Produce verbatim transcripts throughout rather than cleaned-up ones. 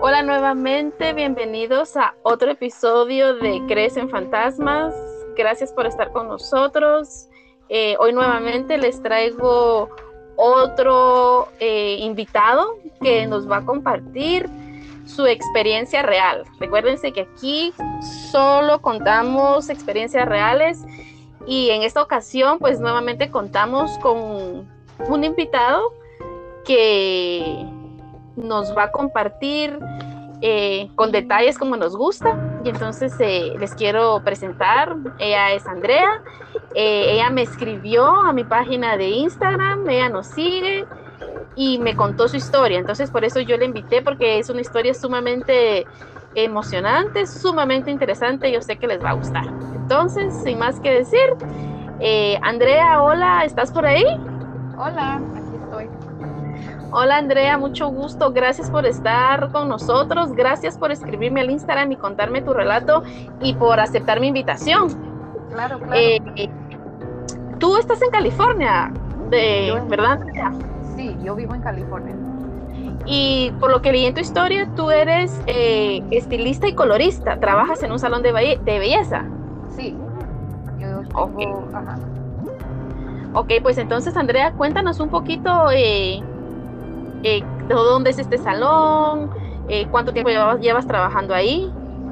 Hola nuevamente, bienvenidos a otro episodio de Crees en Fantasmas. Gracias por estar con nosotros. Eh, hoy nuevamente les traigo otro eh, invitado que nos va a compartir su experiencia real. Recuérdense que aquí solo contamos experiencias reales y en esta ocasión pues nuevamente contamos con un invitado que nos va a compartir eh, con detalles como nos gusta. Y entonces eh, les quiero presentar. Ella es Andrea. Eh, ella me escribió a mi página de Instagram, ella nos sigue y me contó su historia. Entonces por eso yo la invité, porque es una historia sumamente emocionante, sumamente interesante. Yo sé que les va a gustar. Entonces, sin más que decir, eh, Andrea, hola, ¿estás por ahí? Hola, aquí estoy. Hola Andrea, mucho gusto. Gracias por estar con nosotros. Gracias por escribirme al Instagram y contarme tu relato y por aceptar mi invitación. Claro, claro. Eh, Tú estás en California, Yo, de verdad, Andrea. sí, yo vivo en California. Y por lo que leí en tu historia, tú eres eh, estilista y colorista. Trabajas en un salón de, be- de belleza. Sí, yo Ok. tengo, ajá. Ok, pues entonces Andrea, cuéntanos un poquito eh, eh, de dónde es este salón, eh, cuánto tiempo llevas, llevas trabajando ahí.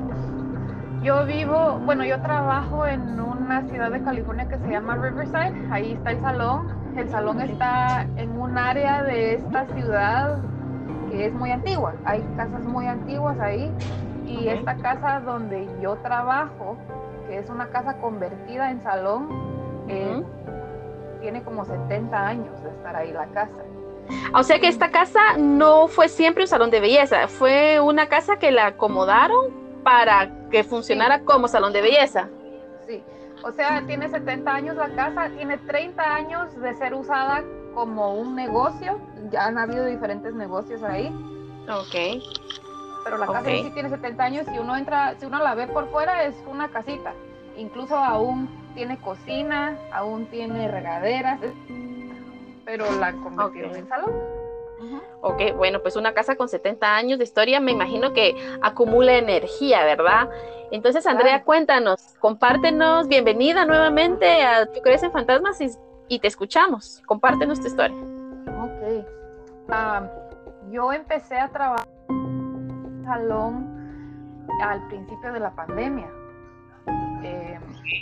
Yo vivo, bueno, yo trabajo en una ciudad de California que se llama Riverside. Ahí está el salón. El salón está en un área de esta ciudad que es muy antigua. Hay casas muy antiguas ahí. Y Ok. esta casa donde yo trabajo, que es una casa convertida en salón, eh, Ujú. tiene como setenta años de estar ahí la casa. O sea que esta casa no fue siempre un salón de belleza, fue una casa que la acomodaron para que Sí, funcionara como salón de belleza. sí. O sea, tiene setenta años la casa, tiene treinta años de ser usada como un negocio. Ya han habido diferentes negocios ahí, Ok, pero la ok, casa en sí tiene setenta años. Si uno entra, si uno la ve por fuera, es una casita. Incluso aún tiene cocina, aún tiene regaderas, pero la convirtieron en ok. salón. Uh-huh. Ok, bueno, pues una casa con setenta años de historia, me imagino que acumula energía, ¿verdad? Entonces, Claro. Andrea, cuéntanos, compártenos, bienvenida nuevamente a ¿Tú crees en fantasmas? Y, y te escuchamos. Compártenos tu historia. Ok. Um, yo empecé a trabajar en salón al principio de la pandemia. Eh,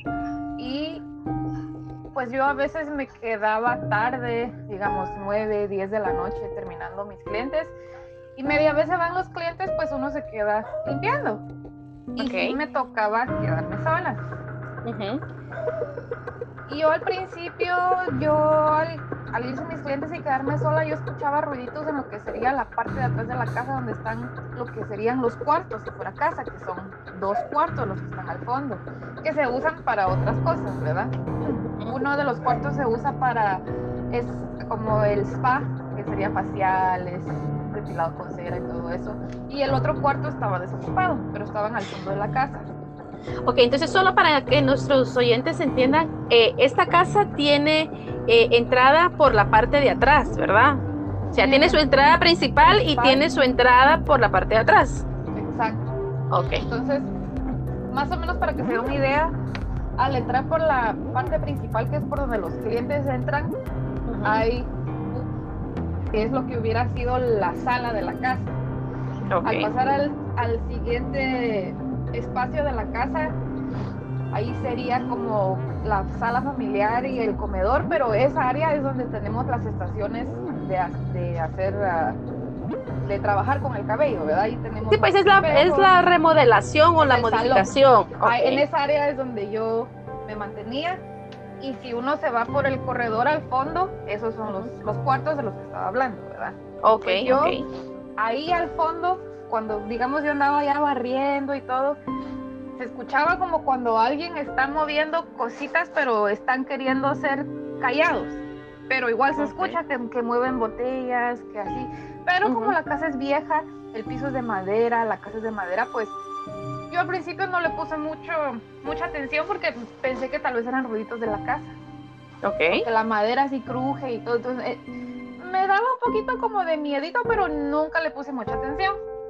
y pues yo a veces me quedaba tarde, digamos nueve, diez de la noche terminando mis clientes, y media vez se van los clientes, pues uno se queda limpiando. Y Ok. sí me tocaba quedarme sola. Ujú. Y yo al principio, yo al, al irse mis clientes y quedarme sola, yo escuchaba ruiditos en lo que sería la parte de atrás de la casa, donde están lo que serían los cuartos, si fuera casa, que son dos cuartos los que están al fondo, que se usan para otras cosas, ¿verdad? Uno de los cuartos se usa para, es como el spa, que sería faciales, depilado con cera y todo eso. Y el otro cuarto estaba desocupado, pero estaban al fondo de la casa. Ok, entonces solo para que nuestros oyentes entiendan, eh, esta casa tiene eh, entrada por la parte de atrás, ¿verdad? O sea, Tiene tiene su entrada principal y principal, tiene su entrada por la parte de atrás. exacto. Ok. Entonces, más o menos para que se dé una idea, al entrar por la parte principal, que es por donde los clientes entran, Ujú. hay que es lo que hubiera sido la sala de la casa. Ok. Al pasar al, al siguiente espacio de la casa, ahí sería como la sala familiar y el comedor, pero esa área es donde tenemos las estaciones de, de hacer, uh, de trabajar con el cabello, ¿verdad? Ahí Sí, tenemos pues nuestros es la, es espejos, la remodelación o es la el salón. modificación. Ok. En esa área es donde yo me mantenía. Y si uno se va por el corredor al fondo, esos son los, Ujú. los cuartos de los que estaba hablando, ¿verdad? Ok, Pues ok. yo, ahí al fondo, cuando digamos yo andaba ya barriendo y todo, se escuchaba como cuando alguien está moviendo cositas, pero están queriendo ser callados. Pero igual se Ok. escucha que, que mueven botellas, que así. Pero como Ujú. la casa es vieja, el piso es de madera, la casa es de madera, pues yo al principio no le puse mucho, mucha atención porque pensé que tal vez eran ruiditos de la casa, Ok. porque la madera así cruje y todo. Entonces, eh, me daba un poquito como de miedito, pero nunca le puse mucha atención.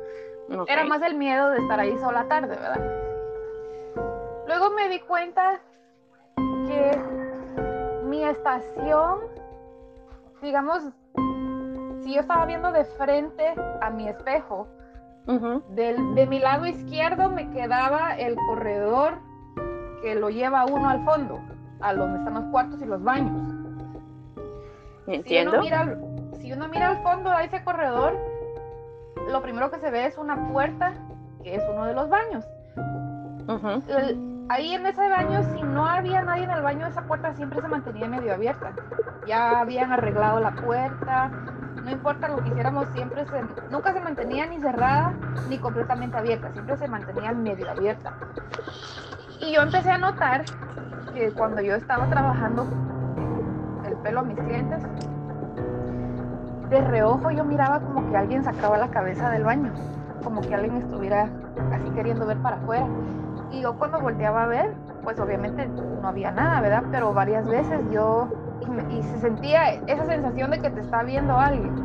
Okay. Era más el miedo de estar ahí sola tarde, ¿verdad? Luego me di cuenta que mi estación, digamos, si yo estaba viendo de frente a mi espejo, uh-huh. del, de mi lado izquierdo me quedaba el corredor que lo lleva uno al fondo, a donde están los cuartos y los baños. Entiendo. Si uno mira, si uno mira al fondo de ese corredor, lo primero que se ve es una puerta, que es uno de los baños. Uh-huh. El, ahí en ese baño, si no había nadie en el baño, esa puerta siempre se mantenía medio abierta. Ya habían arreglado la puerta, no importa lo que hiciéramos, siempre se, nunca se mantenía ni cerrada ni completamente abierta, siempre se mantenía medio abierta. Y yo empecé a notar que cuando yo estaba trabajando el pelo a mis clientes, de reojo yo miraba como que alguien sacaba la cabeza del baño, como que alguien estuviera así queriendo ver para afuera. Y yo cuando volteaba a ver, pues obviamente no había nada, ¿verdad? Pero varias veces yo, y, me, y se sentía esa sensación de que te está viendo alguien.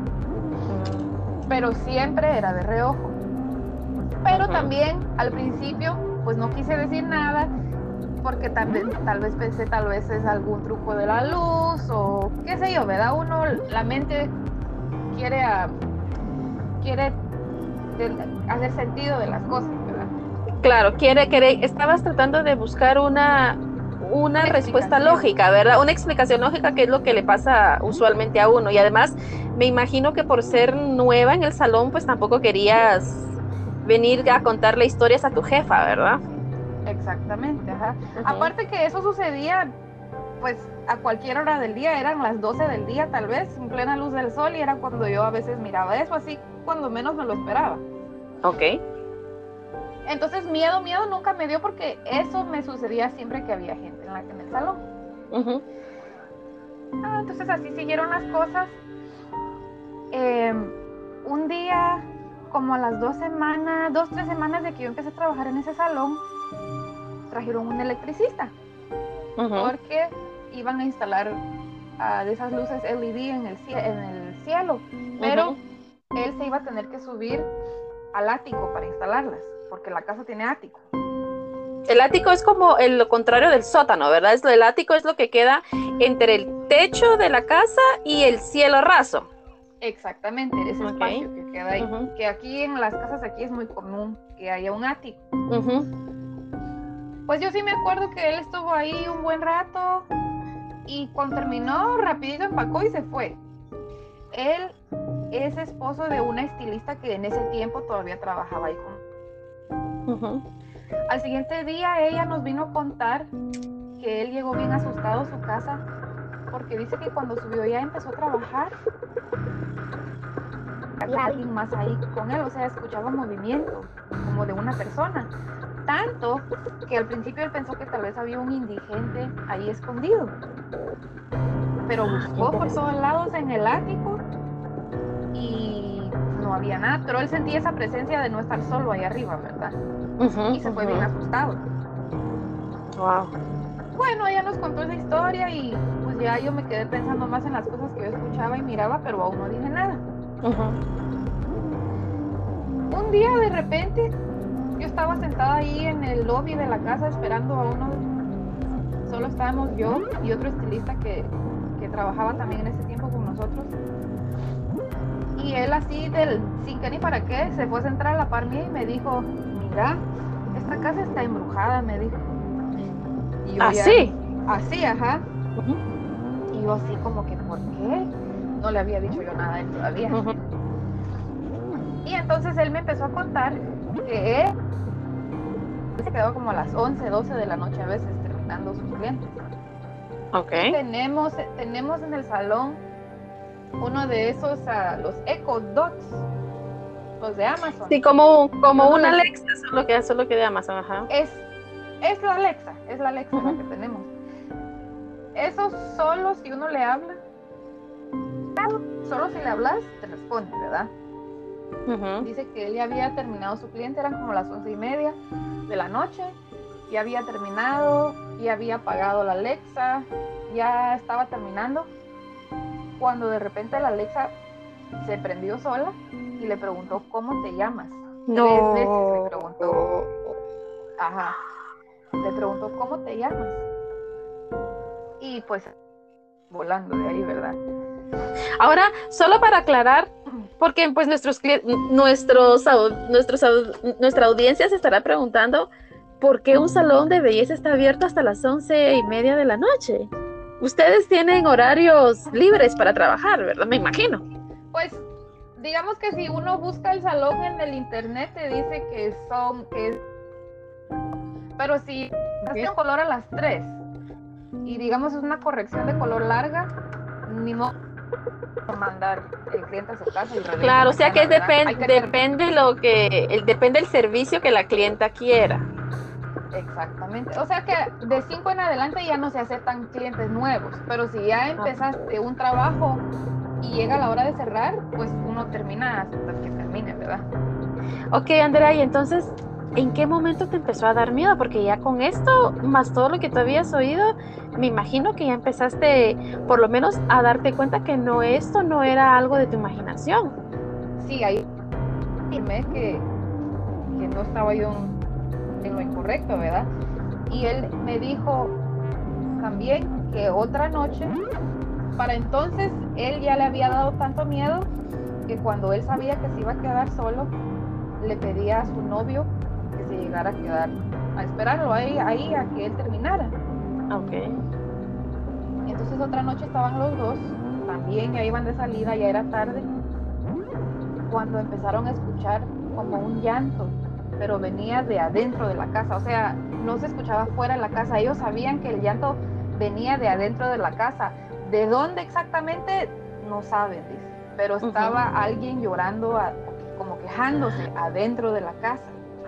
Pero siempre era de reojo. Pero uh-huh. también al principio, pues no quise decir nada, porque tal vez, tal vez pensé, tal vez es algún truco de la luz, o qué sé yo, ¿verdad? Uno, la mente quiere, a, quiere de, hacer sentido de las cosas, ¿verdad? Claro, quiere, quiere, estabas tratando de buscar una, una, una respuesta lógica, ¿verdad? Una explicación lógica, que es lo que le pasa usualmente a uno. Y además, me imagino que por ser nueva en el salón, pues tampoco querías venir a contarle historias a tu jefa, ¿verdad? Exactamente, ajá. Uh-huh. Aparte que eso sucedía, pues, a cualquier hora del día, eran las doce del día tal vez, en plena luz del sol, y era cuando yo a veces miraba eso, así cuando menos me lo esperaba. Ok. Entonces, miedo, miedo nunca me dio, porque eso me sucedía siempre que había gente en, la, en el salón. Uh-huh. Ah, entonces así siguieron las cosas. Eh, un día, como a las dos semanas, dos, tres semanas de que yo empecé a trabajar en ese salón, trajeron un electricista. Uh-huh. Porque iban a instalar uh, de esas luces L E D en el, en el cielo. Pero uh-huh. él se iba a tener que subir al ático para instalarlas, porque la casa tiene ático. El ático es como el, lo contrario del sótano, ¿verdad? Es, el ático es lo que queda entre el techo de la casa y el cielo raso. Exactamente, ese okay. espacio que queda ahí. Uh-huh. Que aquí en las casas aquí es muy común que haya un ático. Uh-huh. Pues yo sí me acuerdo que él estuvo ahí un buen rato, y cuando terminó, rapidito empacó y se fue. Él es esposo de una estilista que en ese tiempo todavía trabajaba ahí con... Uh-huh. Al siguiente día ella nos vino a contar que él llegó bien asustado a su casa, porque dice que cuando subió ya empezó a trabajar, había alguien más ahí con él, o sea, escuchaba movimiento como de una persona, tanto que al principio él pensó que tal vez había un indigente ahí escondido, pero buscó por todos lados en el ático y no había nada, pero él sentía esa presencia de no estar solo ahí arriba, ¿verdad? Uh-huh, y se fue uh-huh. bien asustado. Wow. Bueno, ella nos contó esa historia y pues ya yo me quedé pensando más en las cosas que yo escuchaba y miraba, pero aún no dije nada. Uh-huh. Un día de repente yo estaba sentada ahí en el lobby de la casa esperando a uno, solo estábamos yo y otro estilista que, que trabajaba también en ese tiempo con nosotros. Y él así, del, sin qué ni para qué, se fue a sentar a la par mía y me dijo, mira, esta casa está embrujada, me dijo. Y yo ¿Así? Ya, así, ajá. Uh-huh. Y yo así como que, ¿por qué? No le había dicho yo nada a él todavía. Uh-huh. Y entonces él me empezó a contar que él se quedó como a las once, doce de la noche a veces terminando sus clientes. Ok. Y tenemos, tenemos en el salón uno de esos, uh, los Echo Dots, los de Amazon. Sí, como, como una Alexa, solo que, solo que de Amazon, ajá. Es, es la Alexa, es la Alexa uh-huh. la que tenemos. Eso solo si uno le habla, solo si le hablas, te responde, ¿verdad? Uh-huh. Dice que él ya había terminado su cliente, eran como las once y media de la noche, ya había terminado, ya había apagado la Alexa, ya estaba terminando, cuando de repente la Alexa se prendió sola y le preguntó, ¿cómo te llamas? Tres veces le preguntó, ajá, le preguntó, ¿cómo te llamas? Y pues, volando de ahí, ¿verdad? Ahora, solo para aclarar, porque pues nuestros, nuestros, nuestros, nuestra audiencia se estará preguntando por qué un salón de belleza está abierto hasta las once y media de la noche. Ustedes tienen horarios libres para trabajar, ¿verdad? Me imagino. Pues, digamos que si uno busca el salón en el internet, te dice que son, que es... pero si hace un color a las tres y digamos es una corrección de color larga, ni modo mandar el cliente a su casa y regresa. Claro, o sea que, mañana, depend, que depende lo que el, depende el servicio que la clienta quiera. Exactamente, o sea que de cinco en adelante ya no se aceptan clientes nuevos, pero si ya empezaste un trabajo y llega la hora de cerrar, pues uno termina hasta que termine, ¿verdad? Ok, Andrea, y entonces, ¿en qué momento te empezó a dar miedo? Porque ya con esto, más todo lo que tú habías oído, me imagino que ya empezaste, por lo menos, a darte cuenta que no, esto no era algo de tu imaginación. Sí, ahí me que, que no estaba yo en lo incorrecto, ¿verdad? Y él me dijo también que otra noche, para entonces, él ya le había dado tanto miedo que cuando él sabía que se iba a quedar solo, le pedía a su novio que se llegara a quedar a esperarlo ahí, ahí a que él terminara. Ok. Entonces otra noche estaban los dos, también ya iban de salida, ya era tarde, cuando empezaron a escuchar como un llanto, pero venía de adentro de la casa, o sea, no se escuchaba fuera de la casa. Ellos sabían que el llanto venía de adentro de la casa. ¿De dónde exactamente? No saben, dice, pero estaba uh-huh. alguien llorando a, como quejándose adentro de la casa.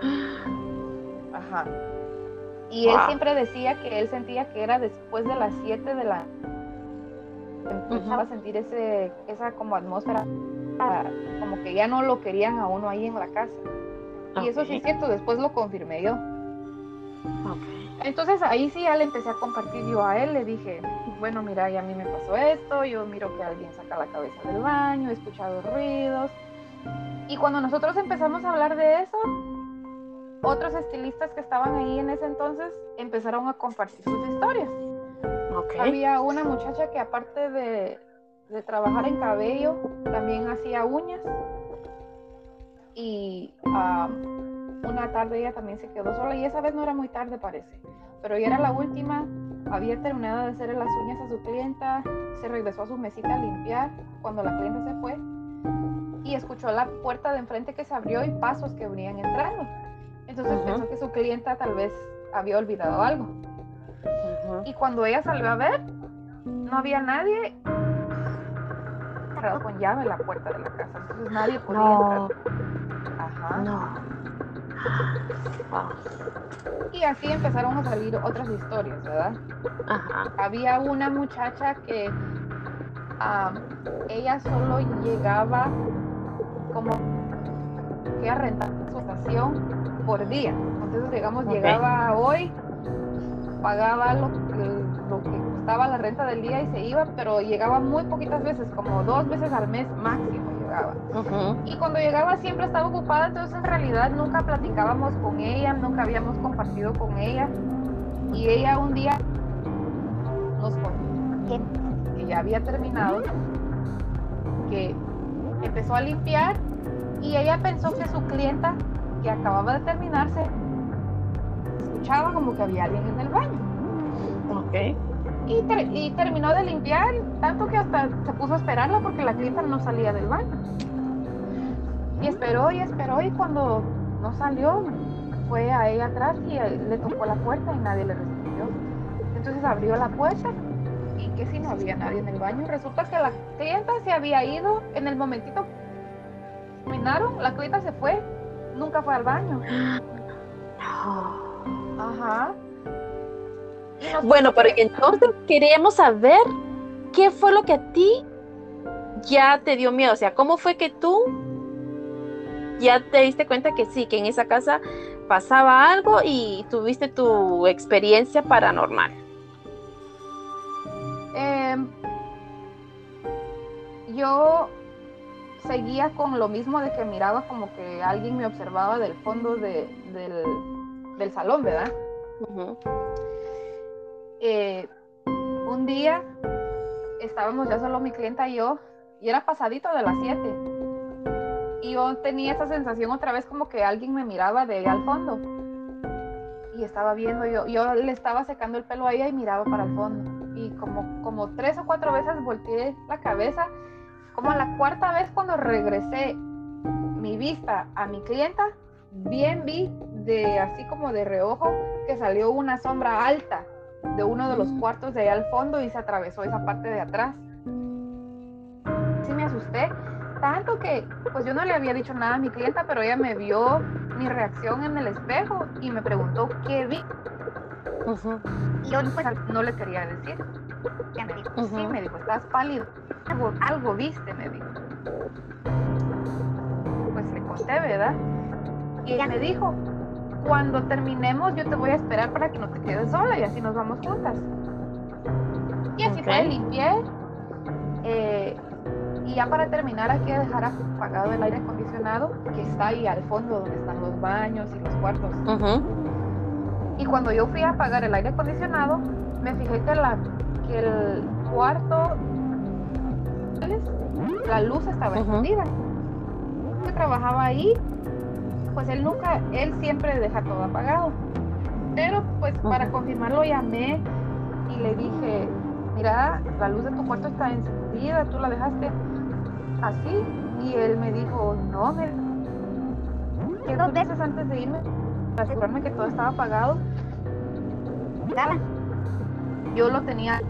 Ajá. Y wow. Él siempre decía que él sentía que era después de las siete de la empezaba uh-huh. a sentir ese, esa como atmósfera, como que ya no lo querían a uno ahí en la casa. Okay. Y eso sí es cierto, después lo confirmé yo. Okay. Entonces ahí sí ya le empecé a compartir yo a él, le dije, bueno, mira, y a mí me pasó esto, yo miro que alguien saca la cabeza del baño, he escuchado ruidos. Y cuando nosotros empezamos a hablar de eso, otros estilistas que estaban ahí en ese entonces empezaron a compartir sus historias. Okay. Había una muchacha que aparte de, de trabajar en cabello, también hacía uñas. Y um, una tarde ella también se quedó sola, y esa vez no era muy tarde, parece, pero ya era la última. Había terminado de hacer las uñas a su clienta, se regresó a su mesita a limpiar cuando la clienta se fue y escuchó la puerta de enfrente que se abrió y pasos que venían entrando. Entonces uh-huh. pensó que su clienta tal vez había olvidado algo. Uh-huh. Y cuando ella salió a ver, no había nadie, cerrado con llave la puerta de la casa, entonces nadie podía no. entrar. Ajá. No. Wow. Y así empezaron a salir otras historias, ¿verdad? Ajá. Había una muchacha que um, ella solo llegaba como que a rentar su estación por día. Entonces, digamos, okay. llegaba hoy, pagaba lo, lo que costaba la renta del día y se iba, pero llegaba muy poquitas veces, como dos veces al mes máximo. Uh-huh. Y cuando llegaba siempre estaba ocupada, entonces en realidad nunca platicábamos con ella, nunca habíamos compartido con ella. Y ella un día nos contó que ya había terminado, que empezó a limpiar y ella pensó que su clienta, que acababa de terminarse, escuchaba como que había alguien en el baño. Ok. Y, ter- y terminó de limpiar, tanto que hasta se puso a esperarla porque la clienta no salía del baño. Y esperó y esperó, y cuando no salió, fue a ella atrás y le tocó la puerta y nadie le respondió. Entonces abrió la puerta y que si no había nadie en el baño. Resulta que la clienta se había ido en el momentito que terminaron, la clienta se fue, nunca fue al baño. Ajá. Bueno, pero entonces queríamos saber qué fue lo que a ti ya te dio miedo, o sea, cómo fue que tú ya te diste cuenta que sí, que en esa casa pasaba algo y tuviste tu experiencia paranormal. Eh, yo seguía con lo mismo de que miraba como que alguien me observaba del fondo de, del, del salón, ¿verdad? Uh-huh. Eh, un día estábamos ya solo mi clienta y yo, y era pasadito de las siete. Y yo tenía esa sensación otra vez como que alguien me miraba de allá al fondo. Y estaba viendo, yo, yo le estaba secando el pelo a ella y miraba para el fondo. Y como, como tres o cuatro veces volteé la cabeza. Como a la cuarta vez cuando regresé mi vista a mi clienta, bien vi de así como de reojo que salió una sombra alta de uno de los cuartos de allá al fondo y se atravesó esa parte de atrás. Sí me asusté, tanto que pues yo no le había dicho nada a mi clienta, pero ella me vio mi reacción en el espejo y me preguntó qué vi. Uh-huh. Y yo pues no le quería decir. Ella me dijo, uh-huh. Sí, me dijo, estás pálido. Algo, algo viste, me dijo. Pues le conté, ¿verdad? Y ella me dijo, cuando terminemos yo te voy a esperar para que no te quedes sola y así nos vamos juntas. Y así okay. Fue, limpié. Eh, y ya para terminar hay que dejar apagado el aire acondicionado que está ahí al fondo donde están los baños y los cuartos. Uh-huh. Y cuando yo fui a apagar el aire acondicionado, me fijé que, la, que el cuarto, la luz estaba uh-huh. encendida. Que trabajaba ahí, pues él nunca, él siempre deja todo apagado. Pero pues uh-huh. para confirmarlo llamé y le dije, mira, la luz de tu cuarto está encendida, tú la dejaste así. Y él me dijo, no, me... ¿qué dos veces antes de irme? Para asegurarme que todo estaba apagado. Nada. Yo lo tenía.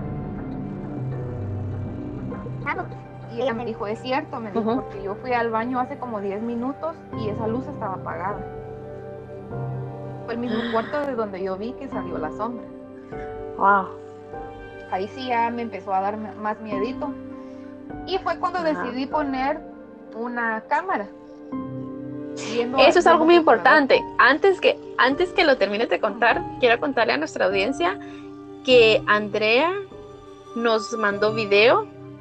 Y ella me dijo, es cierto, me dijo, uh-huh. porque yo fui al baño hace como diez minutos y esa luz estaba apagada. Fue el mismo cuarto de donde yo vi que salió la sombra. Wow. Ahí sí ya me empezó a dar más miedito. Y fue cuando uh-huh. decidí poner una cámara. Eso es algo muy importante. Antes que, antes que lo termines de contar, quiero contarle a nuestra audiencia que Andrea nos mandó video.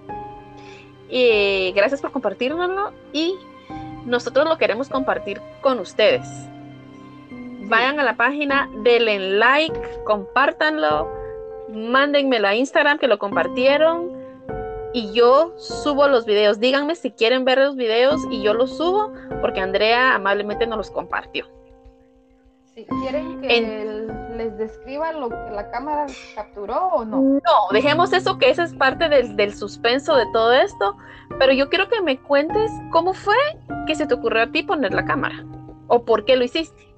Y gracias por compartirnoslo. Y nosotros lo queremos compartir con ustedes. Sí. Vayan a la página, denle like, compártanlo, mándenmelo a Instagram que lo compartieron. Y yo subo los videos. Díganme si quieren ver los videos y yo los subo porque Andrea amablemente nos los compartió. Si quieren que en... les describa lo que la cámara capturó o no. No, dejemos eso, que esa es parte del, del suspenso de todo esto. Pero yo quiero que me cuentes cómo fue que se te ocurrió a ti poner la cámara o por qué lo hiciste.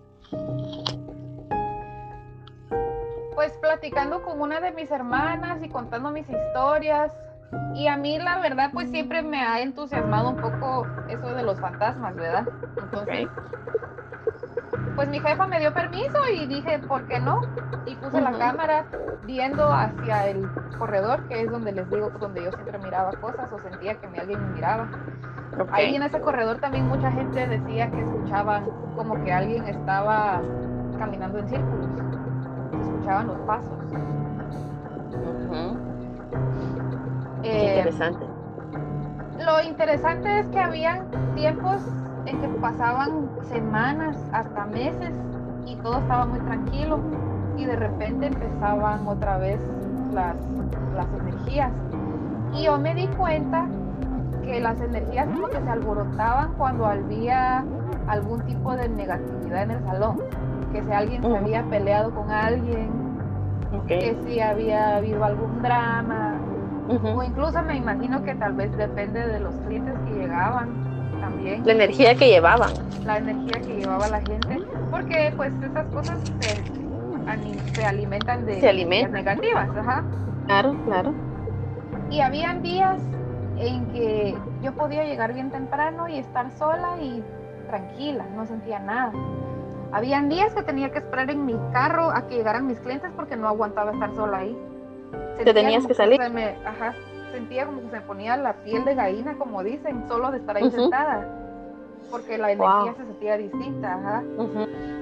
Pues platicando con una de mis hermanas y contando mis historias. Y a mí la verdad pues siempre me ha entusiasmado un poco eso de los fantasmas, ¿verdad? Entonces, okay. Pues mi jefa me dio permiso y dije, ¿por qué no? Y puse uh-huh. la cámara viendo hacia el corredor, que es donde les digo, donde yo siempre miraba cosas o sentía que me, alguien me miraba. Okay. Ahí en ese corredor también mucha gente decía que escuchaban como que alguien estaba caminando en círculos. Se escuchaban los pasos. Uh-huh. Eh, interesante. Lo interesante es que habían tiempos en que pasaban semanas hasta meses y todo estaba muy tranquilo y de repente empezaban otra vez las, las energías y yo me di cuenta que las energías como que se alborotaban cuando había algún tipo de negatividad en el salón, que si alguien uh-huh. se había peleado con alguien, okay. que si había habido algún drama. Uh-huh. O incluso me imagino que tal vez depende de los clientes que llegaban también. La energía que llevaban. La energía que llevaba la gente. Porque pues esas cosas se, se alimentan de se alimentan. negativas. Ajá. Claro, claro. Y habían días en que yo podía llegar bien temprano y estar sola y tranquila, no sentía nada. Habían días que tenía que esperar en mi carro a que llegaran mis clientes porque no aguantaba estar sola ahí. Te tenías que salir. Que me, ajá, sentía como que se me ponía la piel de gallina, como dicen, solo de estar ahí uh-huh. sentada, porque la energía wow. se sentía distinta. Ajá. Uh-huh.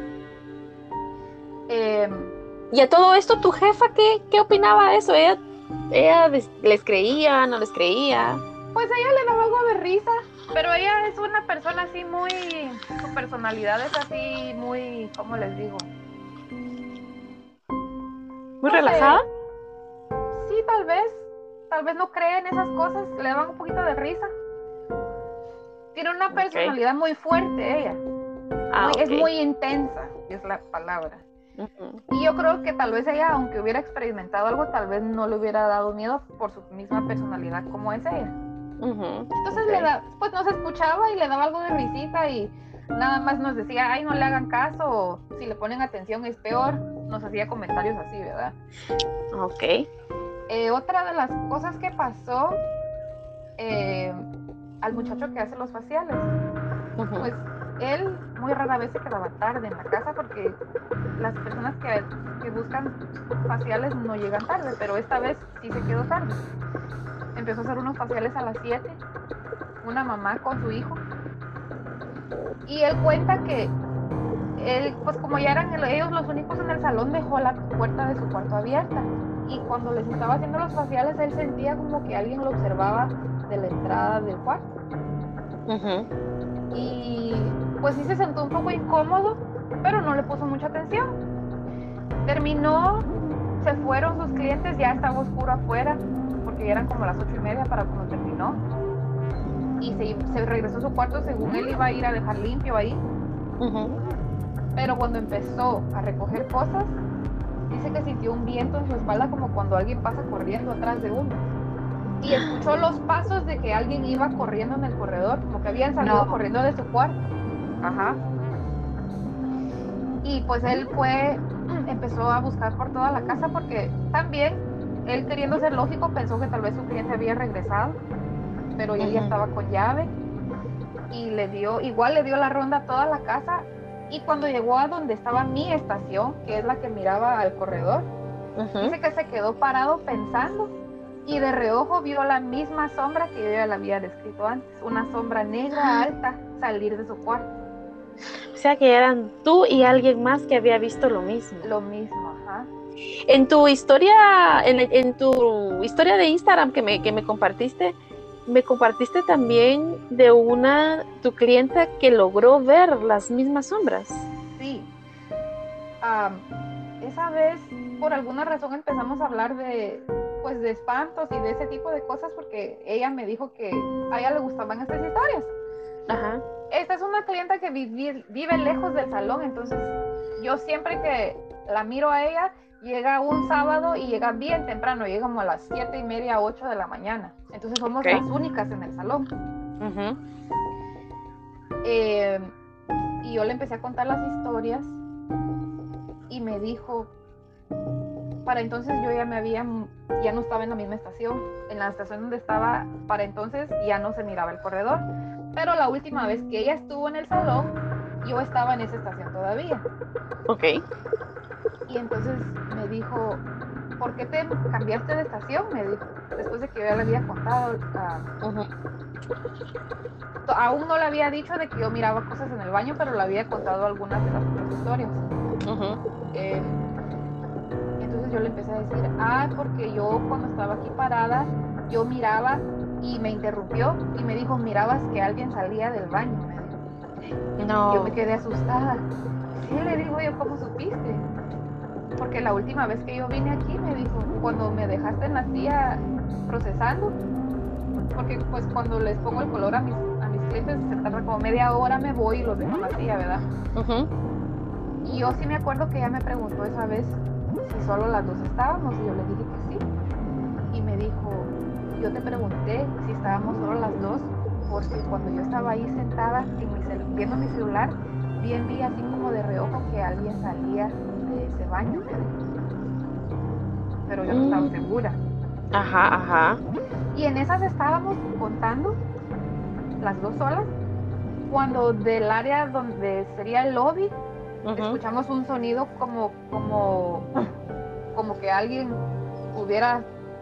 Eh, y a todo esto, ¿tu jefa qué, qué opinaba de eso? ¿Ella, ella les, les creía, no les creía? Pues a ella le daba algo de risa, pero ella es una persona así muy, su personalidad es así muy, ¿cómo les digo? ¿Muy No relajada? sé, sí, tal vez, tal vez no cree en esas cosas, le daban un poquito de risa. Tiene una Ok. personalidad muy fuerte ella, Ah, muy, ok. es muy intensa, es la palabra. Ujú. Y yo creo que tal vez ella, aunque hubiera experimentado algo, tal vez no le hubiera dado miedo por su misma personalidad como es ella. Ujú. Entonces Ok. le da, pues nos escuchaba y le daba algo de risita y nada más nos decía, ay, no le hagan caso, o si le ponen atención es peor. Nos hacía comentarios así, ¿verdad? Ok. Eh, otra de las cosas que pasó eh, al muchacho que hace los faciales, Ujú. pues él muy rara vez se quedaba tarde en la casa porque las personas que, que buscan faciales no llegan tarde, pero esta vez sí se quedó tarde. Empezó a hacer unos faciales a las siete, una mamá con su hijo, y él cuenta que él, pues como ya eran ellos los únicos en el salón, dejó la puerta de su cuarto abierta, y cuando les estaba haciendo los faciales él sentía como que alguien lo observaba de la entrada del cuarto. Ujú. Y pues sí se sentó un poco incómodo, pero no le puso mucha atención. Terminó, se fueron sus clientes, ya estaba oscuro afuera, porque ya eran como las ocho y media para cuando terminó. Y se, se regresó a su cuarto, según él iba a ir a dejar limpio ahí. Ujú. Pero cuando empezó a recoger cosas, dice que sintió un viento en su espalda como cuando alguien pasa corriendo atrás de uno. Y escuchó los pasos de que alguien iba corriendo en el corredor, como que habían salido No. corriendo de su cuarto. Ajá. Y pues él fue, empezó a buscar por toda la casa porque también él, queriendo ser lógico, pensó que tal vez su cliente había regresado, pero él ya Ujú. estaba con llave y le dio, igual le dio la ronda a toda la casa. Y cuando llegó a donde estaba mi estación, que es la que miraba al corredor, Ujú. dice que se quedó parado pensando y de reojo vio la misma sombra que yo ya la había descrito antes, una sombra negra alta salir de su cuarto. O sea que eran tú y alguien más que había visto lo mismo. Lo mismo, ajá. En tu historia, en, en tu historia de Instagram que me, que me compartiste, me compartiste también de una, tu clienta que logró ver las mismas sombras. Sí. Um, esa vez, por alguna razón, empezamos a hablar de, pues, de espantos y de ese tipo de cosas porque ella me dijo que a ella le gustaban estas historias. Ajá. Esta es una clienta que vive, vive lejos del salón, entonces yo siempre que la miro a ella, llega un sábado y llega bien temprano, llega como a las siete y media, ocho de la mañana. Entonces somos Okay. las únicas en el salón. Uh-huh. Eh, y yo le empecé a contar las historias y me dijo, para entonces yo ya me había, ya no estaba en la misma estación, en la estación donde estaba, para entonces ya no se miraba el corredor, pero la última vez que ella estuvo en el salón, yo estaba en esa estación todavía. Ok. Y entonces me dijo, ¿por qué te cambiaste de estación? Me dijo, después de que yo ya le había contado, uh, Uh-huh. aún no le había dicho de que yo miraba cosas en el baño, pero le había contado algunas de las otras historias. Uh-huh. Eh, entonces yo le empecé a decir, ah, porque yo cuando estaba aquí parada, yo miraba y me interrumpió y me dijo, mirabas que alguien salía del baño, me dijo. No. Y yo me quedé asustada. Sí, le digo yo, ¿cómo supiste? Porque la última vez que yo vine aquí, me dijo, cuando me dejaste en la silla procesando, porque pues cuando les pongo el color a mis, a mis clientes, se tarda como media hora, me voy y los dejo en la silla, ¿verdad? Uh-huh. Y yo sí me acuerdo que ella me preguntó esa vez si solo las dos estábamos, y yo le dije que sí. Y me dijo, yo te pregunté si estábamos solo las dos, porque cuando yo estaba ahí sentada en mi cel- viendo mi celular, bien vi así como de reojo que alguien salía de ese baño, me dijo. Pero yo no estaba Mm. segura. Ajá, ajá. Y en esas estábamos contando, las dos solas, cuando del área donde sería el lobby, Uh-huh. escuchamos un sonido como, como, como que alguien hubiera,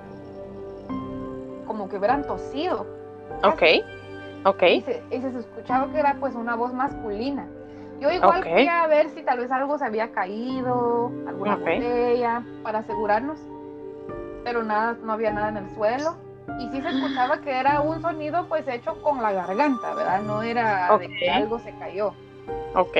como que hubieran tosido. Ok, ok. Y se, y se escuchaba que era pues una voz masculina. Yo igual Ok. fui a ver si tal vez algo se había caído, alguna Ok. botella, para asegurarnos, pero nada, no había nada en el suelo. Y sí se escuchaba que era un sonido pues hecho con la garganta, ¿verdad? No era Ok. de que algo se cayó. Ok.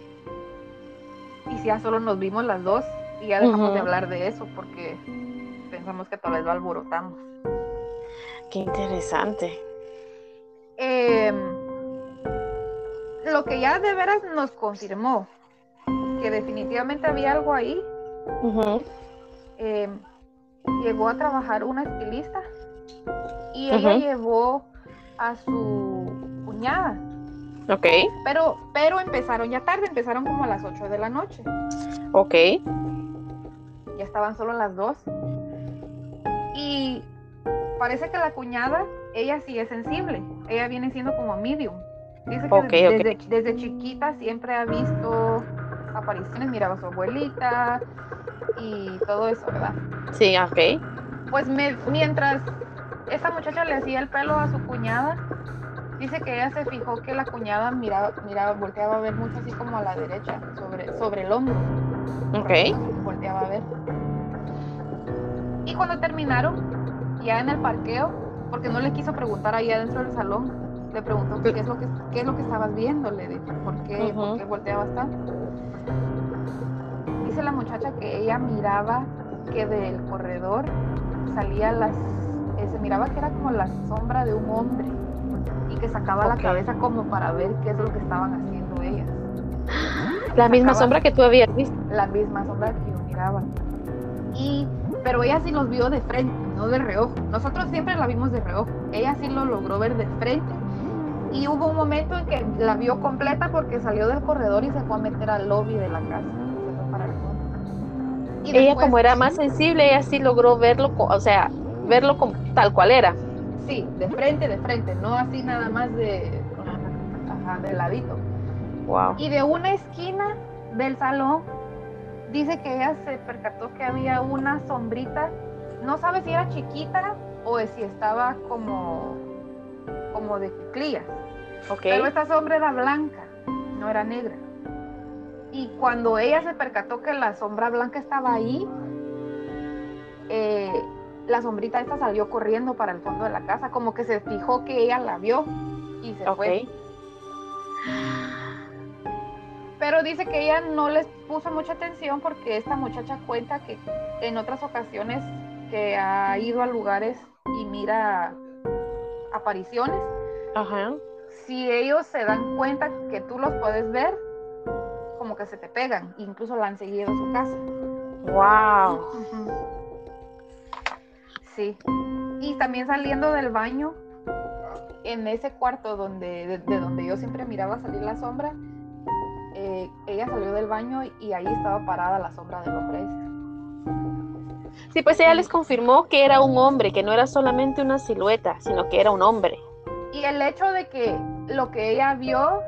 Y sí, ya solo nos vimos las dos y ya dejamos de Ujú. hablar de eso porque pensamos que tal vez lo alborotamos. Qué interesante. Eh, lo que ya de veras nos confirmó que definitivamente había algo ahí, Ujú, eh, llegó a trabajar una estilista y ella ujú. llevó a su cuñada. Ok. Pero, pero empezaron ya tarde, empezaron como a las ocho de la noche. Ok. Ya estaban solo las dos. Y parece que la cuñada, ella sí es sensible. Ella viene siendo como medium. Dice que Ok, ok. desde, desde chiquita siempre ha visto apariciones, miraba a su abuelita y todo eso, ¿verdad? Sí, ok. Pues me, mientras esta muchacha le hacía el pelo a su cuñada, dice que ella se fijó que la cuñada miraba, miraba, volteaba a ver mucho así como a la derecha, sobre, sobre el hombro. Por Ok. ratito volteaba a ver. Y cuando terminaron, ya en el parqueo, porque no le quiso preguntar ahí adentro del salón, le preguntó que qué es lo que, qué es lo que estabas viendo, le dijo, ¿por qué, por Ujú. qué volteabas tanto? Dice la muchacha que ella miraba que del corredor salía las, eh, se miraba que era como la sombra de un hombre y que sacaba la Ok. cabeza como para ver qué es lo que estaban haciendo ellas. Y La misma sacaba sombra que tú habías visto. la misma sombra que yo miraba. Y, pero ella sí nos vio de frente, no de reojo. Nosotros siempre la vimos de reojo. Ella sí lo logró ver de frente. Y hubo un momento en que la vio completa porque salió del corredor y se fue a meter al lobby de la casa. Se fue para el fondo. Y Ella después, como era más sensible, ella sí logró verlo, co- o sea, verlo como, tal cual era. sí, de frente, de frente, no así nada más de, ajá, de ladito. Wow. Y de una esquina del salón, dice que ella se percató que había una sombrita, no sabe si era chiquita o si estaba como, como de cuclillas, Ok. pero esta sombra era blanca, no era negra. Y cuando ella se percató que la sombra blanca estaba ahí, eh, la sombrita esta salió corriendo para el fondo de la casa, como que se fijó que ella la vio y se Ok. fue. Pero dice que ella no les puso mucha atención porque esta muchacha cuenta que en otras ocasiones que ha ido a lugares y mira apariciones, Ajá. si ellos se dan cuenta que tú los puedes ver, como que se te pegan, incluso la han seguido a su casa. Wow. Uh-huh. Sí. Y también saliendo del baño, en ese cuarto donde, de, de donde yo siempre miraba salir la sombra, eh, ella salió del baño y ahí estaba parada la sombra del hombre este. Sí, pues ella Y, les confirmó que era un hombre, que no era solamente una silueta, sino que era un hombre. y el hecho de que lo que ella vio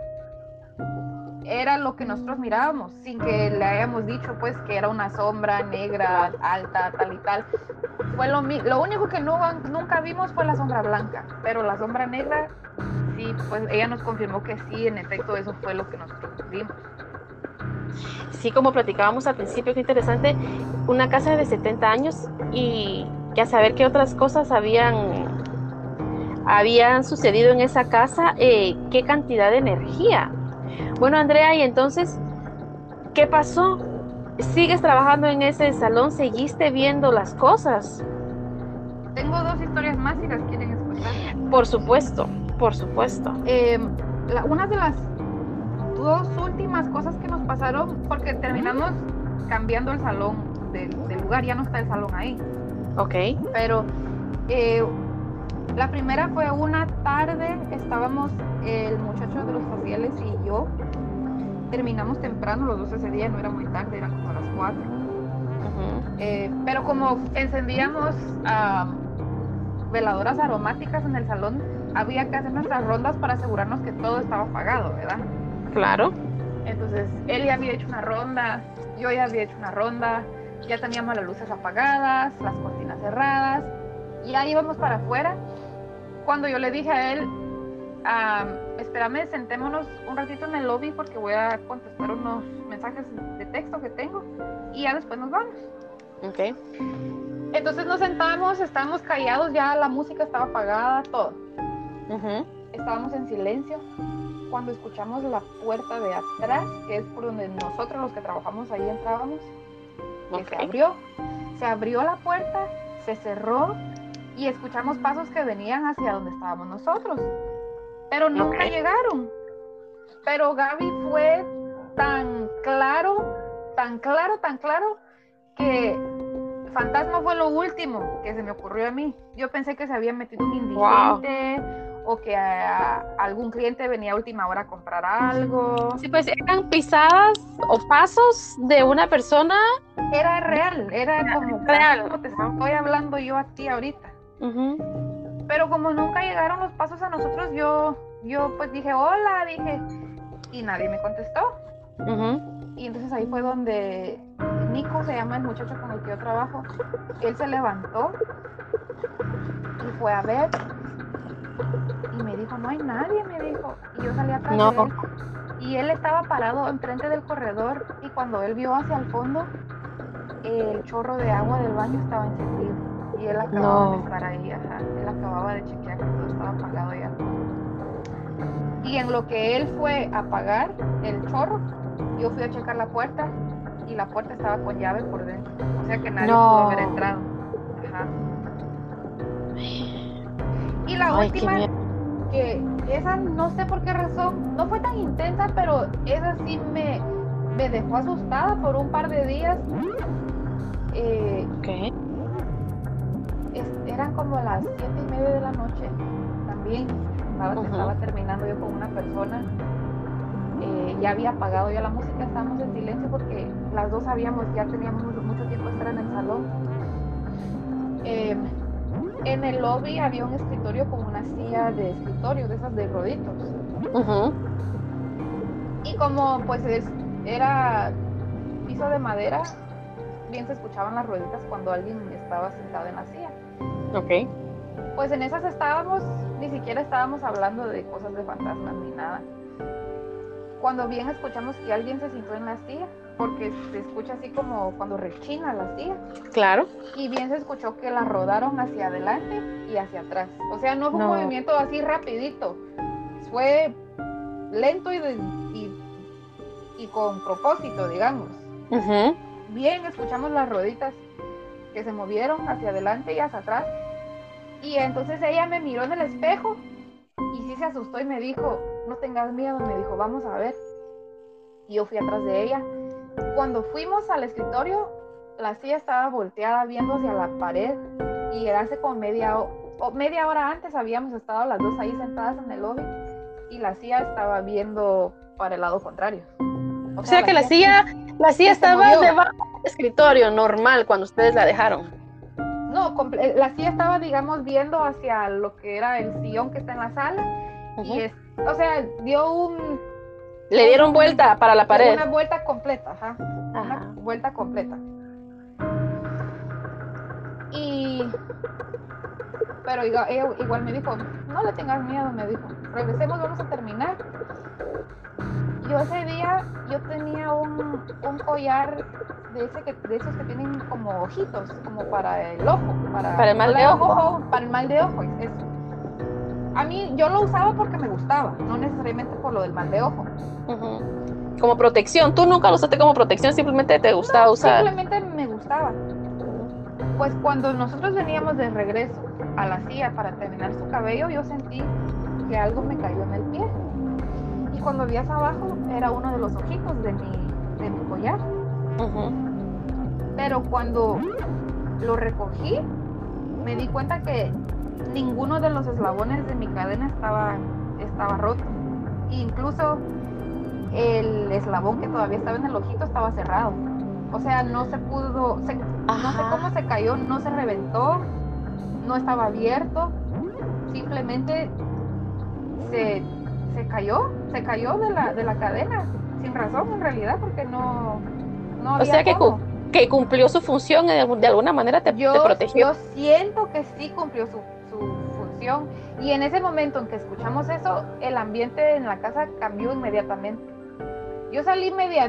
era lo que nosotros mirábamos, sin que le hayamos dicho pues que era una sombra negra, alta, tal y tal. Fue lo, lo único que no, nunca vimos fue la sombra blanca, pero la sombra negra, sí, pues ella nos confirmó que sí, en efecto, eso fue lo que nosotros vimos. Sí, como platicábamos al principio, qué interesante, una casa de setenta años y ya saber qué otras cosas habían, habían sucedido en esa casa, eh, qué cantidad de energía. Bueno, Andrea, y entonces, ¿qué pasó? ¿Sigues trabajando en ese salón? ¿Seguiste viendo las cosas? Tengo dos historias más si las quieren escuchar. Por supuesto, por supuesto. Eh, la, una de las dos últimas cosas que nos pasaron, porque terminamos cambiando el salón del, del lugar, ya no está el salón ahí. Ok. Pero eh, la primera fue una tarde, estábamos el muchacho de los faciales y yo, terminamos temprano los dos ese día, no era muy tarde, eran como a las cuatro. Uh-huh. Eh, pero como encendíamos uh, veladoras aromáticas en el salón, había que hacer nuestras rondas para asegurarnos que todo estaba apagado, ¿verdad? Claro. Entonces, él ya había hecho una ronda, yo ya había hecho una ronda, ya teníamos las luces apagadas, las cortinas cerradas, y ya íbamos para afuera, cuando yo le dije a él, um, espérame, sentémonos un ratito en el lobby porque voy a contestar unos mensajes de texto que tengo, y ya después nos vamos. Ok. Entonces nos sentamos, estábamos callados, ya la música estaba apagada, todo. Uh-huh. Estábamos en silencio cuando escuchamos la puerta de atrás, que es por donde nosotros los que trabajamos ahí entrábamos, que Ok. se abrió. Se abrió la puerta, se cerró y escuchamos pasos que venían hacia donde estábamos nosotros, pero nunca Ok. llegaron. Pero Gaby fue tan claro, tan claro, tan claro, que fantasma fue lo último que se me ocurrió a mí. Yo pensé que se había metido un indigente, wow, o que a, a algún cliente venía a última hora a comprar algo. Sí, pues eran pisadas o pasos de una persona. Era real, era como real. Como te estoy hablando yo a ti ahorita. Uh-huh. Pero como nunca llegaron los pasos a nosotros, yo, yo pues dije hola, dije, y nadie me contestó. Uh-huh. Y entonces ahí fue donde Nico, se llama el muchacho con el que yo trabajo, él se levantó y fue a ver y me dijo, no hay nadie, me dijo. Y yo salí atrás no. de él y él estaba parado enfrente del corredor y cuando él vio hacia el fondo, el chorro de agua del baño estaba encendido y él acababa no. de estar ahí, ajá. Él acababa de chequear que todo estaba apagado ya. Y en lo que él fue a apagar el chorro, yo fui a checar la puerta y la puerta estaba con llave por dentro, o sea que nadie no. pudo haber entrado. Ajá. Y la Ay, última, que esa no sé por qué razón, no fue tan intensa, pero esa sí me, me dejó asustada por un par de días. Eh, okay. es, eran como las siete y media de la noche, también estaba, uh-huh. estaba terminando yo con una persona. Eh, ya había apagado ya la música, estábamos en silencio porque las dos sabíamos, ya teníamos mucho tiempo estar en el salón. Eh, en el lobby había un escritorio con una silla de escritorio, de esas de roditos. Uh-huh. Y como pues es, era piso de madera, bien se escuchaban las rueditas cuando alguien estaba sentado en la silla. Ok. Pues en esas estábamos, ni siquiera estábamos hablando de cosas de fantasmas ni nada. Cuando bien escuchamos que alguien se sentó en la silla, porque se escucha así como cuando rechina la silla. Claro. Y bien se escuchó que la rodaron hacia adelante y hacia atrás. O sea, no fue no. un movimiento así rapidito. Fue lento y, de, y, y con propósito, digamos. Uh-huh. Bien escuchamos las rueditas que se movieron hacia adelante y hacia atrás. Y entonces ella me miró en el espejo y sí se asustó y me dijo, no tengas miedo, me dijo, vamos a ver. Y yo fui atrás de ella. Cuando fuimos al escritorio, la silla estaba volteada viendo hacia la pared y hace como media, o media hora antes habíamos estado las dos ahí sentadas en el lobby y la silla estaba viendo para el lado contrario. O, o sea, sea que la silla, silla, la silla estaba debajo del escritorio normal cuando ustedes la dejaron. No, la silla estaba, digamos, viendo hacia lo que era el sillón que está en la sala. Uh-huh. Y es, o sea, dio un... Le dieron un, vuelta para la pared. Una vuelta completa, ajá. ajá. Una vuelta completa. Y... Pero igual, ella igual me dijo, no le tengas miedo, me dijo. Regresemos, vamos a terminar. Yo ese día, yo tenía un, un collar de, ese que, de esos que tienen como ojitos, como para el ojo. Para, para el mal de ojo. ojo. Para el mal de ojo, eso. A mí, yo lo usaba porque me gustaba, no necesariamente por lo del mal de ojo. Uh-huh. Como protección, tú nunca lo usaste como protección, simplemente te gustaba no, usar. Simplemente me gustaba. Pues cuando nosotros veníamos de regreso a la silla para terminar su cabello, yo sentí que algo me cayó en el pie. Y cuando vi hacia abajo, era uno de los ojitos de mi, de mi collar. Uh-huh. Pero cuando lo recogí, me di cuenta que ninguno de los eslabones de mi cadena estaba, estaba roto. E incluso el eslabón que todavía estaba en el ojito estaba cerrado. O sea, no se pudo, se, no sé cómo se cayó, no se reventó, no estaba abierto, simplemente se, se cayó, se cayó de la, de la cadena, sin razón en realidad, porque no, no había O sea que, cómo. que cumplió su función, de alguna manera te, yo, te protegió. Yo siento que sí cumplió su, su función, y en ese momento en que escuchamos eso, el ambiente en la casa cambió inmediatamente. Yo salí media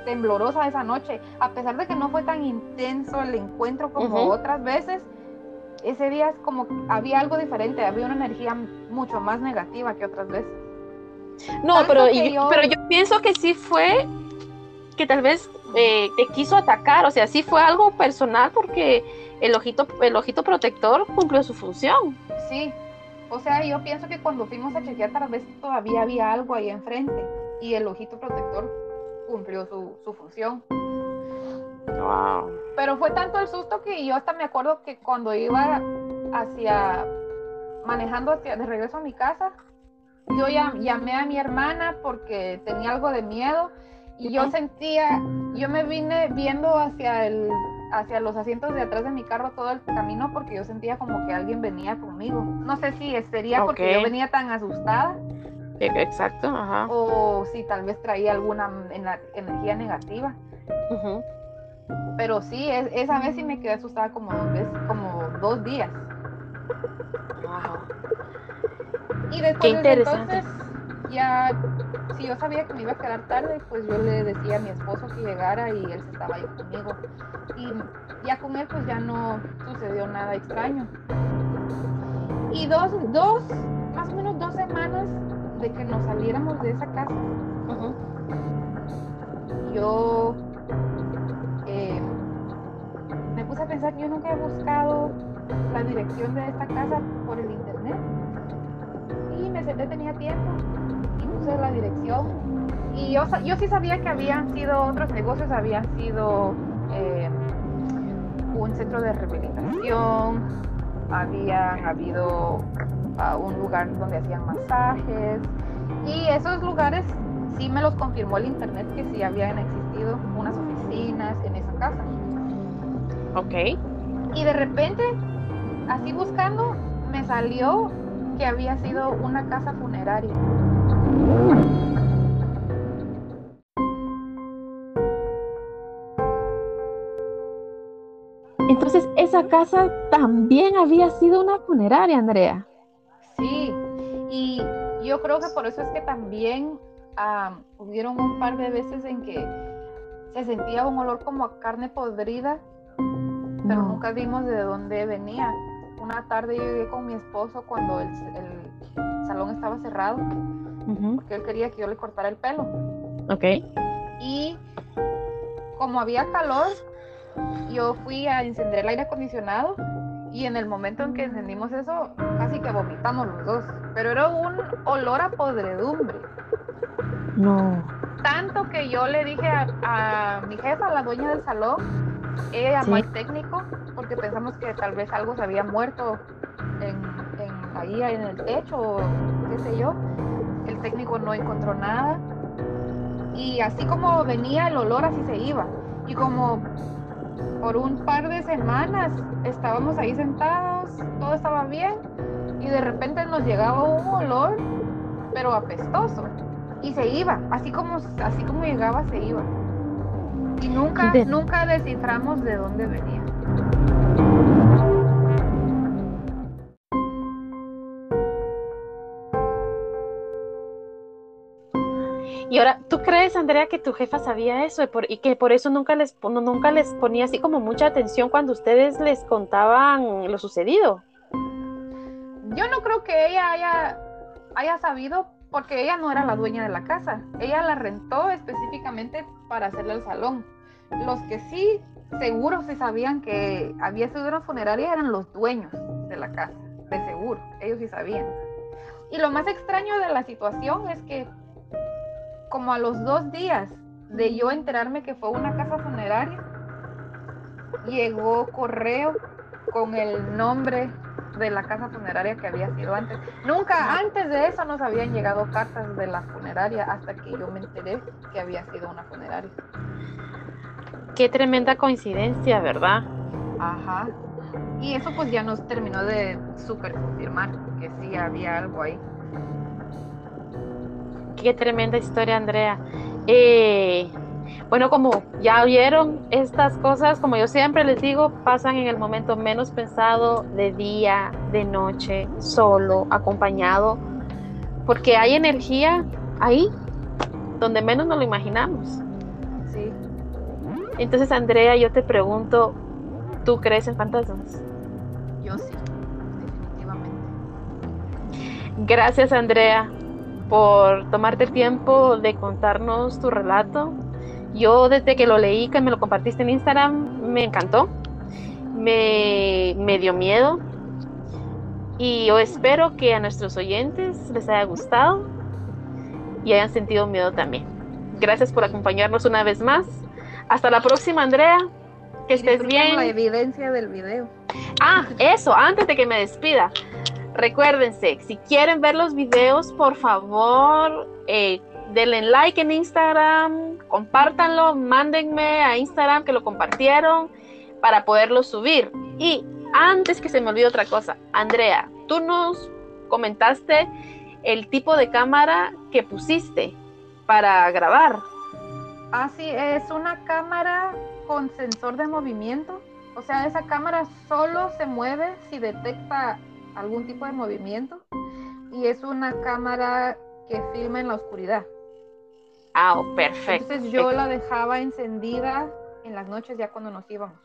temblorosa esa noche, a pesar de que no fue tan intenso el encuentro como Ujú. otras veces. Ese día es como que había algo diferente, había una energía mucho más negativa que otras veces. No, Tanto pero que yo, yo- pero yo pienso que sí fue que tal vez eh, te quiso atacar, o sea, sí fue algo personal porque el ojito, el ojito protector cumplió su función. Sí, o sea, yo pienso que cuando fuimos a chequear tal vez todavía había algo ahí enfrente y el ojito protector cumplió su, su función. Wow. Pero fue tanto el susto que yo hasta me acuerdo que cuando iba hacia, manejando hacia, de regreso a mi casa, yo ya, llamé a mi hermana porque tenía algo de miedo y yo sentía, yo me vine viendo hacia el, hacia los asientos de atrás de mi carro todo el camino porque yo sentía como que alguien venía conmigo. No sé si sería porque Ok. yo venía tan asustada E- Exacto, ajá. o si tal vez traía alguna ena- energía negativa. Ujú. Pero sí, es, esa vez sí me quedé asustada como dos veces, como dos días. Wow. Y Qué después desde interesante. entonces, ya, si yo sabía que me iba a quedar tarde, pues yo le decía a mi esposo que llegara y él se estaba ahí conmigo. Y ya con él pues ya no sucedió nada extraño. Y dos, dos, más o menos dos semanas de que nos saliéramos de esa casa, Ujú. yo eh, me puse a pensar, yo nunca he buscado la dirección de esta casa por el internet. Y me senté, tenía tiempo y puse la dirección. Y yo, yo sí sabía que habían sido otros negocios, habían sido eh, un centro de rehabilitación, habían habido uh, un lugar donde hacían masajes. Y esos lugares sí me los confirmó el internet que sí habían existido unas oficinas en esa casa. Ok. Y de repente, así buscando, me salió que había sido una casa funeraria. Entonces, esa casa también había sido una funeraria, Andrea. Sí, y yo creo que por eso es que también um, hubieron un par de veces en que se sentía un olor como a carne podrida, pero No. nunca vimos de dónde venía. Una tarde llegué con mi esposo cuando el, el salón estaba cerrado, Ujú. porque él quería que yo le cortara el pelo. Ok. Y como había calor, yo fui a encender el aire acondicionado y en el momento en que encendimos eso, casi que vomitamos los dos. Pero era un olor a podredumbre. No. Tanto que yo le dije a, a mi jefa, la dueña del salón, ella llamó Sí. al técnico porque pensamos que tal vez algo se había muerto en, en, ahí en el techo o qué sé yo. El técnico no encontró nada y así como venía el olor, así se iba. Y como por un par de semanas estábamos ahí sentados, todo estaba bien y de repente nos llegaba un olor, pero apestoso, y se iba, así como, así como llegaba, se iba. Y nunca, De- nunca desciframos de dónde venía. Y ahora, ¿tú crees, Andrea, que tu jefa sabía eso y, por, y que por eso nunca les, no, nunca les ponía así como mucha atención cuando ustedes les contaban lo sucedido? Yo no creo que ella haya, haya sabido, porque ella no era la dueña de la casa. Ella la rentó específicamente para hacerle el salón. Los que sí, seguro se sabían que había sido una funeraria eran los dueños de la casa, de seguro. Ellos sí sabían. Y lo más extraño de la situación es que como a los dos días de yo enterarme que fue una casa funeraria, llegó correo con el nombre de la casa funeraria que había sido antes. Nunca antes de eso nos habían llegado cartas de la funeraria hasta que yo me enteré que había sido una funeraria. Qué tremenda coincidencia, ¿verdad? Ajá. Y eso pues ya nos terminó de súper confirmar que sí había algo ahí. Qué tremenda historia, Andrea. Eh, bueno, como ya vieron, estas cosas, como yo siempre les digo, pasan en el momento menos pensado, de día, de noche, solo, acompañado, porque hay energía ahí, donde menos nos lo imaginamos. sí. Entonces, Andrea, yo te pregunto, ¿tú crees en fantasmas? Yo sí, definitivamente. Gracias, Andrea, por tomarte el tiempo de contarnos tu relato. Yo desde que lo leí, que me lo compartiste en Instagram, me encantó, me, me dio miedo y yo espero que a nuestros oyentes les haya gustado y hayan sentido miedo también. Gracias por acompañarnos una vez más. Hasta la próxima, Andrea. Que Y estés disfruten bien. la evidencia del video. Ah, eso, antes de que me despida. Recuérdense, si quieren ver los videos, por favor, eh, denle like en Instagram, compártanlo, mándenme a Instagram que lo compartieron para poderlo subir. Y antes que se me olvide otra cosa, Andrea, tú nos comentaste el tipo de cámara que pusiste para grabar. Ah, sí, es una cámara con sensor de movimiento. O sea, esa cámara solo se mueve si detecta algún tipo de movimiento. Y es una cámara que filma en la oscuridad. Ah, oh, perfecto. Entonces yo la dejaba encendida en las noches ya cuando nos íbamos.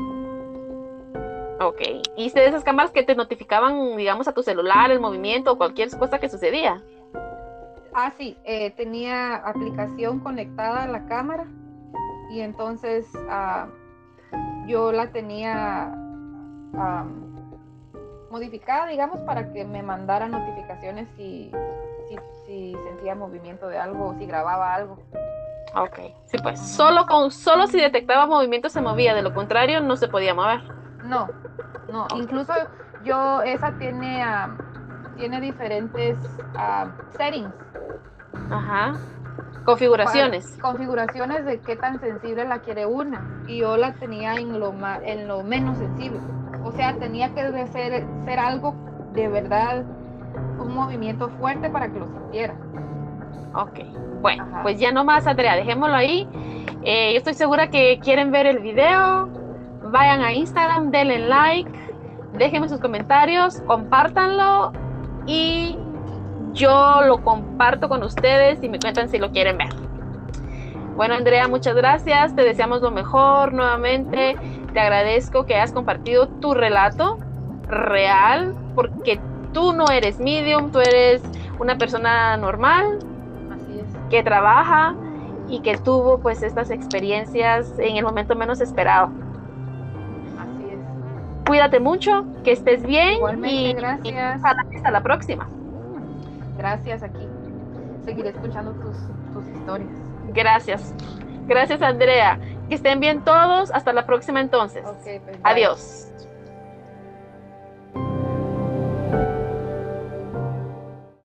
Ok. ¿Y de esas cámaras que te notificaban, digamos, a tu celular el movimiento o cualquier cosa que sucedía? Ah, sí, eh, tenía aplicación conectada a la cámara y entonces uh, yo la tenía um, modificada, digamos, para que me mandara notificaciones si, si, si sentía movimiento de algo o si grababa algo. Ok, sí, pues solo, con, solo si detectaba movimiento se movía, de lo contrario no se podía mover. No, no, okay. Incluso yo, esa tiene, uh, tiene diferentes uh, settings. Ajá. Configuraciones. Para, configuraciones de qué tan sensible la quiere una. Y yo la tenía en lo, ma, en lo menos sensible. O sea, tenía que ser, ser algo de verdad, un movimiento fuerte para que lo sintiera. Ok, bueno, Ajá. Pues ya no más, Andrea, dejémoslo ahí. Eh, yo estoy segura que quieren ver el video. Vayan a Instagram, denle like, déjenme sus comentarios, compártanlo y yo lo comparto con ustedes y me cuentan si lo quieren ver. Bueno, Andrea, muchas gracias. Te deseamos lo mejor nuevamente. Te agradezco que hayas compartido tu relato real, porque tú no eres medium, tú eres una persona normal. Así es. Que trabaja y que tuvo pues estas experiencias en el momento menos esperado. Así es. Cuídate mucho, que estés bien. Igualmente, y gracias. Y hasta la próxima. Gracias, aquí. Seguiré escuchando tus, tus historias. Gracias. Gracias, Andrea. Que estén bien todos. Hasta la próxima entonces. Okay, pues, adiós.